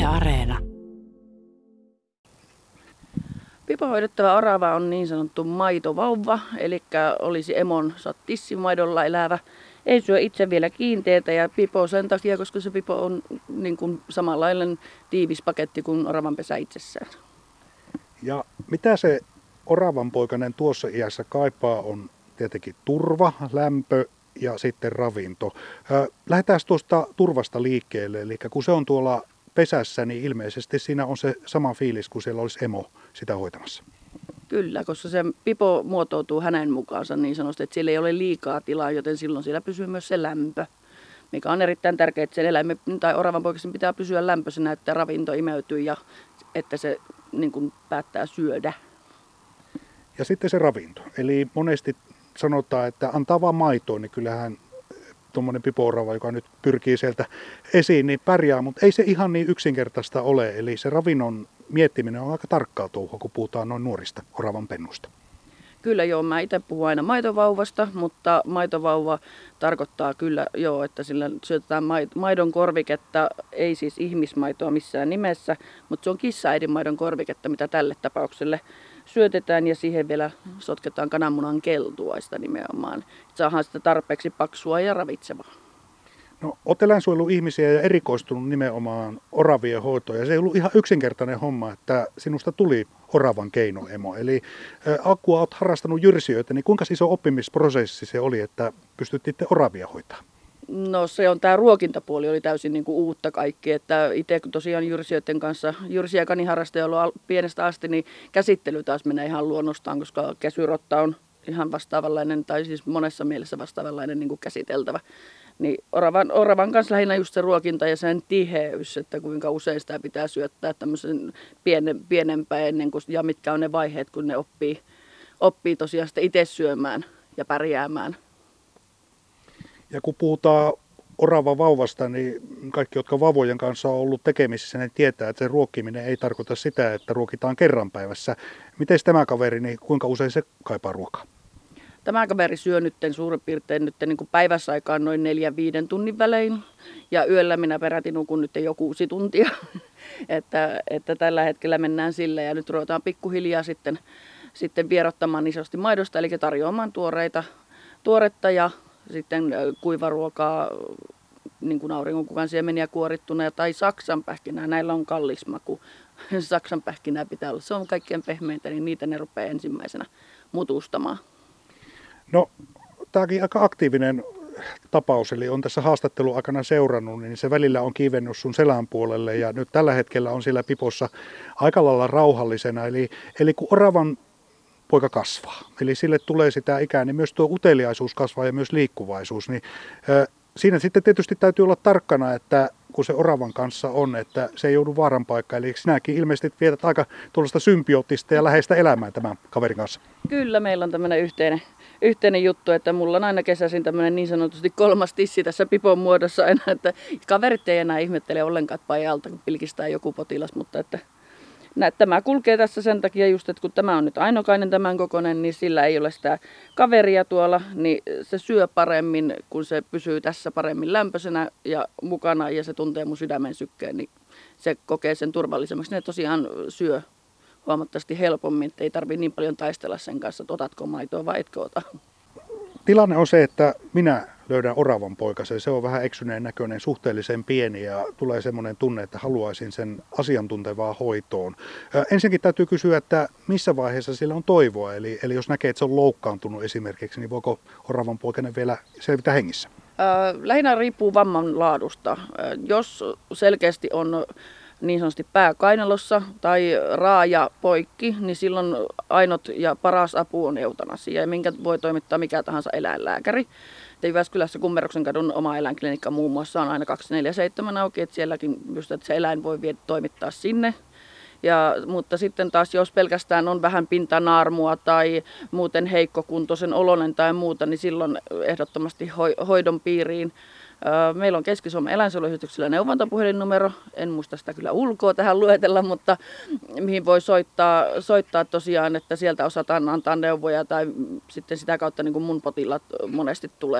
Areena. Pipohoidettava orava on niin sanottu maitovauva, eli olisi emon tissimaidolla elävä. Ei syö itse vielä kiinteitä ja pipo sen takia, koska se pipo on niin kuin samanlainen tiivis paketti kuin oravanpesä itsessään. Ja mitä se oravanpoikainen tuossa iässä kaipaa on tietenkin turva, lämpö ja sitten ravinto. Lähdetään tuosta turvasta liikkeelle, eli kun se on tuolla pesässä, niin ilmeisesti siinä on se sama fiilis kuin siellä olisi emo sitä hoitamassa. Kyllä, koska se pipo muotoutuu hänen mukaansa niin sanotusti, että siellä ei ole liikaa tilaa, joten silloin siellä pysyy myös se lämpö, mikä on erittäin tärkeää, että sen eläimen tai oravanpoikasen pitää pysyä lämpöisenä, että ravinto imeytyy ja että se niin kuin päättää syödä. Ja sitten se ravinto. Eli monesti sanotaan, että antaa vaan maitoa, niin kyllähän tuommoinen pipo-orava, joka nyt pyrkii sieltä esiin, niin pärjää, mutta ei se ihan niin yksinkertaista ole. Eli se ravinnon miettiminen on aika tarkkaa touhua, kun puhutaan noin nuorista oravan pennusta. Kyllä joo, mä itse puhun aina maitovauvasta, mutta maitovauva tarkoittaa kyllä joo, että sillä syötetään maidon korviketta, ei siis ihmismaitoa missään nimessä, mutta se on kissaäidin maidon korviketta, mitä tälle tapaukselle syötetään ja siihen vielä sotketaan kananmunan keltuaista nimenomaan. Saadaan sitä tarpeeksi paksua ja ravitsevaa. No, olet eläinsuojeluihmisiä ja erikoistunut nimenomaan oravien hoitoon ja se ei ollut ihan yksinkertainen homma, että sinusta tuli oravan keinoemo. Eli alkua olet harrastanut jyrsijöitä, niin kuinka iso oppimisprosessi se oli, että pystyttitte oravia hoitaa? No se on tämä ruokintapuoli oli täysin niin kuin uutta kaikki, että itse kun tosiaan jyrsijöiden kanssa, jyrsi- ja kaniharrastaja on ollut pienestä asti, niin käsittely taas menee ihan luonnostaan, koska käsyrotta on ihan vastaavanlainen, tai siis monessa mielessä vastaavanlainen niin kuin käsiteltävä. Niin oravan kanssa lähinnä just se ruokinta ja sen tiheys, että kuinka usein sitä pitää syöttää tämmöisen pienempään ennen kuin, ja mitkä on ne vaiheet, kun ne oppii tosiaan sitä itse syömään ja pärjäämään. Ja kun puhutaan orava vauvasta, niin kaikki, jotka vauvojen kanssa on ollut tekemisissä, ne tietää, että se ruokkiminen ei tarkoita sitä, että ruokitaan kerran päivässä. Miten tämä kaveri, niin kuinka usein se kaipaa ruokaa? Tämä kaveri syö nyt suurin piirtein nyt niin kuin päivässä aikaan noin 4-5 tunnin välein. Ja yöllä minä peräti nukun nyt jo 6 tuntia. että tällä hetkellä mennään sillä ja nyt ruvetaan pikkuhiljaa sitten vierottamaan isosti maidosta, eli tarjoamaan tuoretta ja sitten kuivaruokaa, niin kuin auringonkukan siemeniä kuorittuna tai saksanpähkinää. Näillä on kallis maku. Saksanpähkinää pitää olla. Se on kaikkein pehmeintä, niin niitä ne rupeaa ensimmäisenä mutustamaan. No, tämäkin aika aktiivinen tapaus, eli on tässä haastattelun aikana seurannut, niin se välillä on kiivennyt sun selän puolelle ja nyt tällä hetkellä on siellä pipossa aika lailla rauhallisena. Eli kun oravan poika kasvaa, eli sille tulee sitä ikää, niin myös tuo uteliaisuus kasvaa ja myös liikkuvaisuus, niin siinä sitten tietysti täytyy olla tarkkana, että kun se oravan kanssa on, että se ei joudu vaaran paikkaan. Eli sinäkin ilmeisesti vietät aika tuollaista symbioottista ja läheistä elämää tämän kaverin kanssa. Kyllä, meillä on tämmöinen yhteinen juttu, että mulla on aina kesäisin tämmöinen niin sanotusti 3. tissi tässä pipon muodossa aina, että kaverit ei enää ihmettele ollenkaan pajalta, kun pilkistää joku potilas, mutta että tämä kulkee tässä sen takia just, että kun tämä on nyt ainokainen tämän kokoinen, niin sillä ei ole sitä kaveria tuolla, niin se syö paremmin, kun se pysyy tässä paremmin lämpöisenä ja mukana ja se tuntee mun sydämen sykkeen, niin se kokee sen turvallisemmaksi. Ne tosiaan syö huomattavasti helpommin, että ei tarvitse niin paljon taistella sen kanssa, että otatko maitoa vai etkö ota. Tilanne on se, että minä löydän oravan poikasen. Se on vähän eksyneen näköinen, suhteellisen pieni ja tulee semmoinen tunne, että haluaisin sen asiantuntevaa hoitoon. Ensinnäkin täytyy kysyä, että missä vaiheessa sillä on toivoa. Eli jos näkee, että se on loukkaantunut esimerkiksi, niin voiko oravan poikainen vielä selvitä hengissä? Lähinnä riippuu vamman laadusta. Jos selkeästi on niin sanotusti pää kainalossa tai raaja poikki, niin silloin ainut ja paras apu on eutanasia, minkä voi toimittaa mikä tahansa eläinlääkäri. Jyväskylässä Kummeroksen kadun oma eläinklinikka muun muassa on aina 24/7 auki, että sielläkin just, että se eläin voi toimittaa sinne. Mutta sitten taas jos pelkästään on vähän pintanaarmua tai muuten heikkokuntoisen oloinen tai muuta, niin silloin ehdottomasti hoidon piiriin. Meillä on Keski-Suomen eläinsuojeluyhdistyksellä neuvontapuhelinnumero, en muista sitä kyllä ulkoa tähän luetella, mutta mihin voi soittaa tosiaan, että sieltä osataan antaa neuvoja tai sitten sitä kautta niin kuin mun potilaat monesti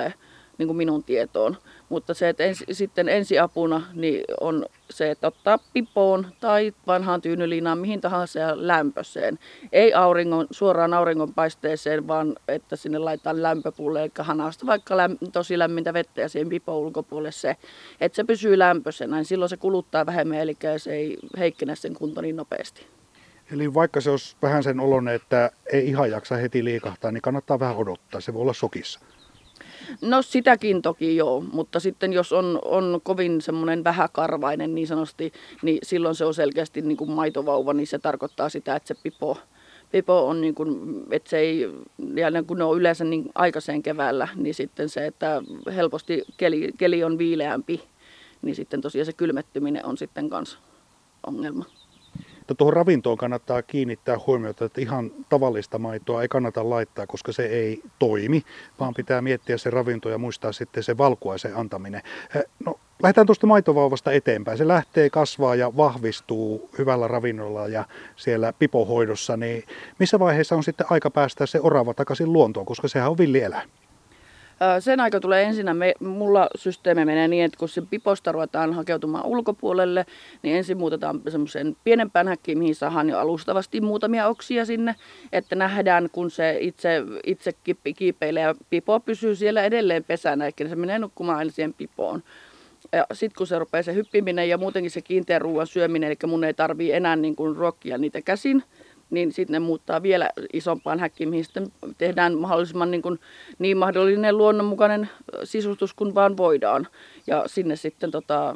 niin kuin minun tietoon. Mutta se, että sitten ensiapuna niin on se, että ottaa pipoon tai vanhaan tyynyliinaan mihin tahansa ja lämpöiseen. Ei suoraan auringonpaisteeseen, vaan että sinne laitetaan lämpöpuulle, eli hanasta vaikka tosi lämmintä vettä ja siihen pipoon ulkopuolelle se, että se pysyy lämpöisenä. Niin silloin se kuluttaa vähemmän, eli se ei heikkene sen kunto niin nopeasti. Eli vaikka se olisi vähän sen oloinen, että ei ihan jaksa heti liikahtaa, niin kannattaa vähän odottaa. Se voi olla sokissa. No sitäkin toki joo, mutta sitten jos on kovin semmoinen vähäkarvainen niin sanotusti, niin silloin se on selkeästi niin kuin maitovauva, niin se tarkoittaa sitä, että se pipo on niin kuin, että se ei, ja kun ne on yleensä niin aikaiseen keväällä, niin sitten se, että helposti keli on viileämpi, niin sitten tosiaan se kylmettyminen on sitten kanssa ongelma. Tuohon ravintoon kannattaa kiinnittää huomiota, että ihan tavallista maitoa ei kannata laittaa, koska se ei toimi, vaan pitää miettiä se ravinto ja muistaa sitten se valkuaisen antaminen. No, lähdetään tuosta maitovauvasta eteenpäin. Se lähtee, kasvaa ja vahvistuu hyvällä ravinnolla ja siellä pipohoidossa. Niin missä vaiheessa on sitten aika päästää se orava takaisin luontoon, koska sehän on villieläin? Sen aika tulee ensinnä, mulla systeemi menee niin, että kun se piposta ruvetaan hakeutumaan ulkopuolelle, niin ensin muutetaan semmoisen pienempään häkkiin, mihin saadaan jo alustavasti muutamia oksia sinne, että nähdään, kun se itse kiipeilee ja pipo pysyy siellä edelleen pesänä, eli se menee nukkumaan aina siihen pipoon. Ja sitten kun se rupeaa se hyppiminen ja muutenkin se kiinteän ruoan syöminen, eli mun ei tarvii enää niin kuin ruokkia niitä käsin, niin sitten ne muuttaa vielä isompaan häkkiin, mihin sitten tehdään mahdollisimman niin mahdollinen luonnonmukainen sisustus kuin vaan voidaan. Ja sinne sitten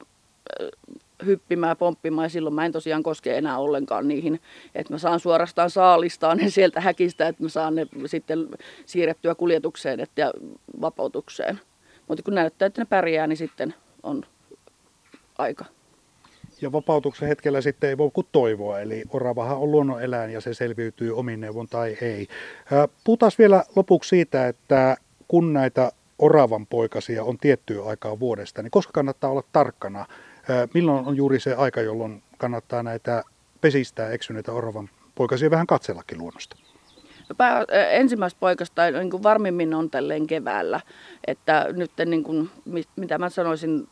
hyppimään, pomppimaan, ja silloin mä en tosiaan koske enää ollenkaan niihin, että mä saan suorastaan saalistaa ne sieltä häkistä, että mä saan ne sitten siirrettyä kuljetukseen ja vapautukseen. Mutta kun näyttää, että ne pärjää, niin sitten on aika. Ja vapautuksen hetkellä sitten ei voi kuin toivoa, eli oravahan on luonnoneläin ja se selviytyy omin neuvon tai ei. Puhutaan vielä lopuksi siitä, että kun näitä oravan poikasia on tiettyä aikaa vuodesta, niin koska kannattaa olla tarkkana? Milloin on juuri se aika, jolloin kannattaa näitä pesistää eksyneitä oravan poikasia vähän katsellakin luonnosta? Ensimmäistä poikasta niin kuin varmimmin on tälleen keväällä, että nyt niin kuin, mitä mä sanoisin,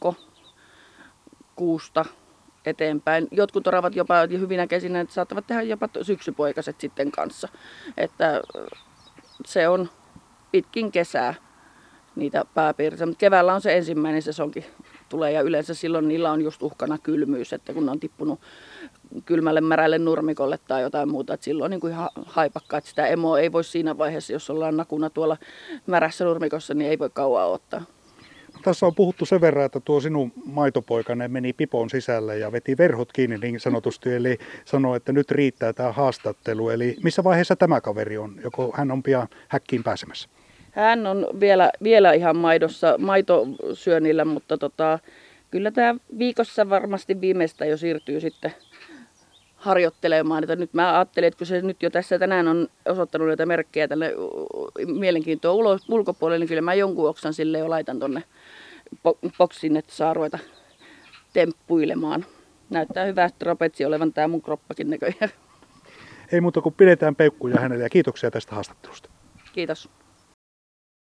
toukokuusta eteenpäin. Jotkut oravat jopa hyvinä kesinä, että saattavat tehdä jopa syksypoikaset sitten kanssa. Että se on pitkin kesää niitä pääpiirteitä, mutta keväällä on se ensimmäinen sesonki tulee ja yleensä silloin niillä on just uhkana kylmyys, että kun ne on tippunut kylmälle märälle nurmikolle tai jotain muuta, että silloin on niin kuin ihan haipakka, että sitä emoa ei voi siinä vaiheessa, jos ollaan nakuna tuolla märässä nurmikossa, niin ei voi kauan ottaa. Tässä on puhuttu sen verran, että tuo sinun maitopoikane meni pipoon sisälle ja veti verhot kiinni niin sanotusti, eli sanoi, että nyt riittää tämä haastattelu. Eli missä vaiheessa tämä kaveri on? Joko hän on pian häkkiin pääsemässä? Hän on vielä ihan maitosyönnillä, mutta kyllä tämä viikossa varmasti viimeistä jo siirtyy sitten harjoittelemaan. Että nyt mä ajattelin, että kun se nyt jo tässä tänään on osoittanut näitä merkkejä tänne mielenkiintoa ulkopuolelle, niin kyllä mä jonkun oksan sille jo laitan tonne boksiin, että saa ruveta temppuilemaan. Näyttää hyvää trapetsi olevan tää mun kroppakin näköjään. Ei muuta kuin pidetään peukkuja hänelle ja kiitoksia tästä haastattelusta. Kiitos.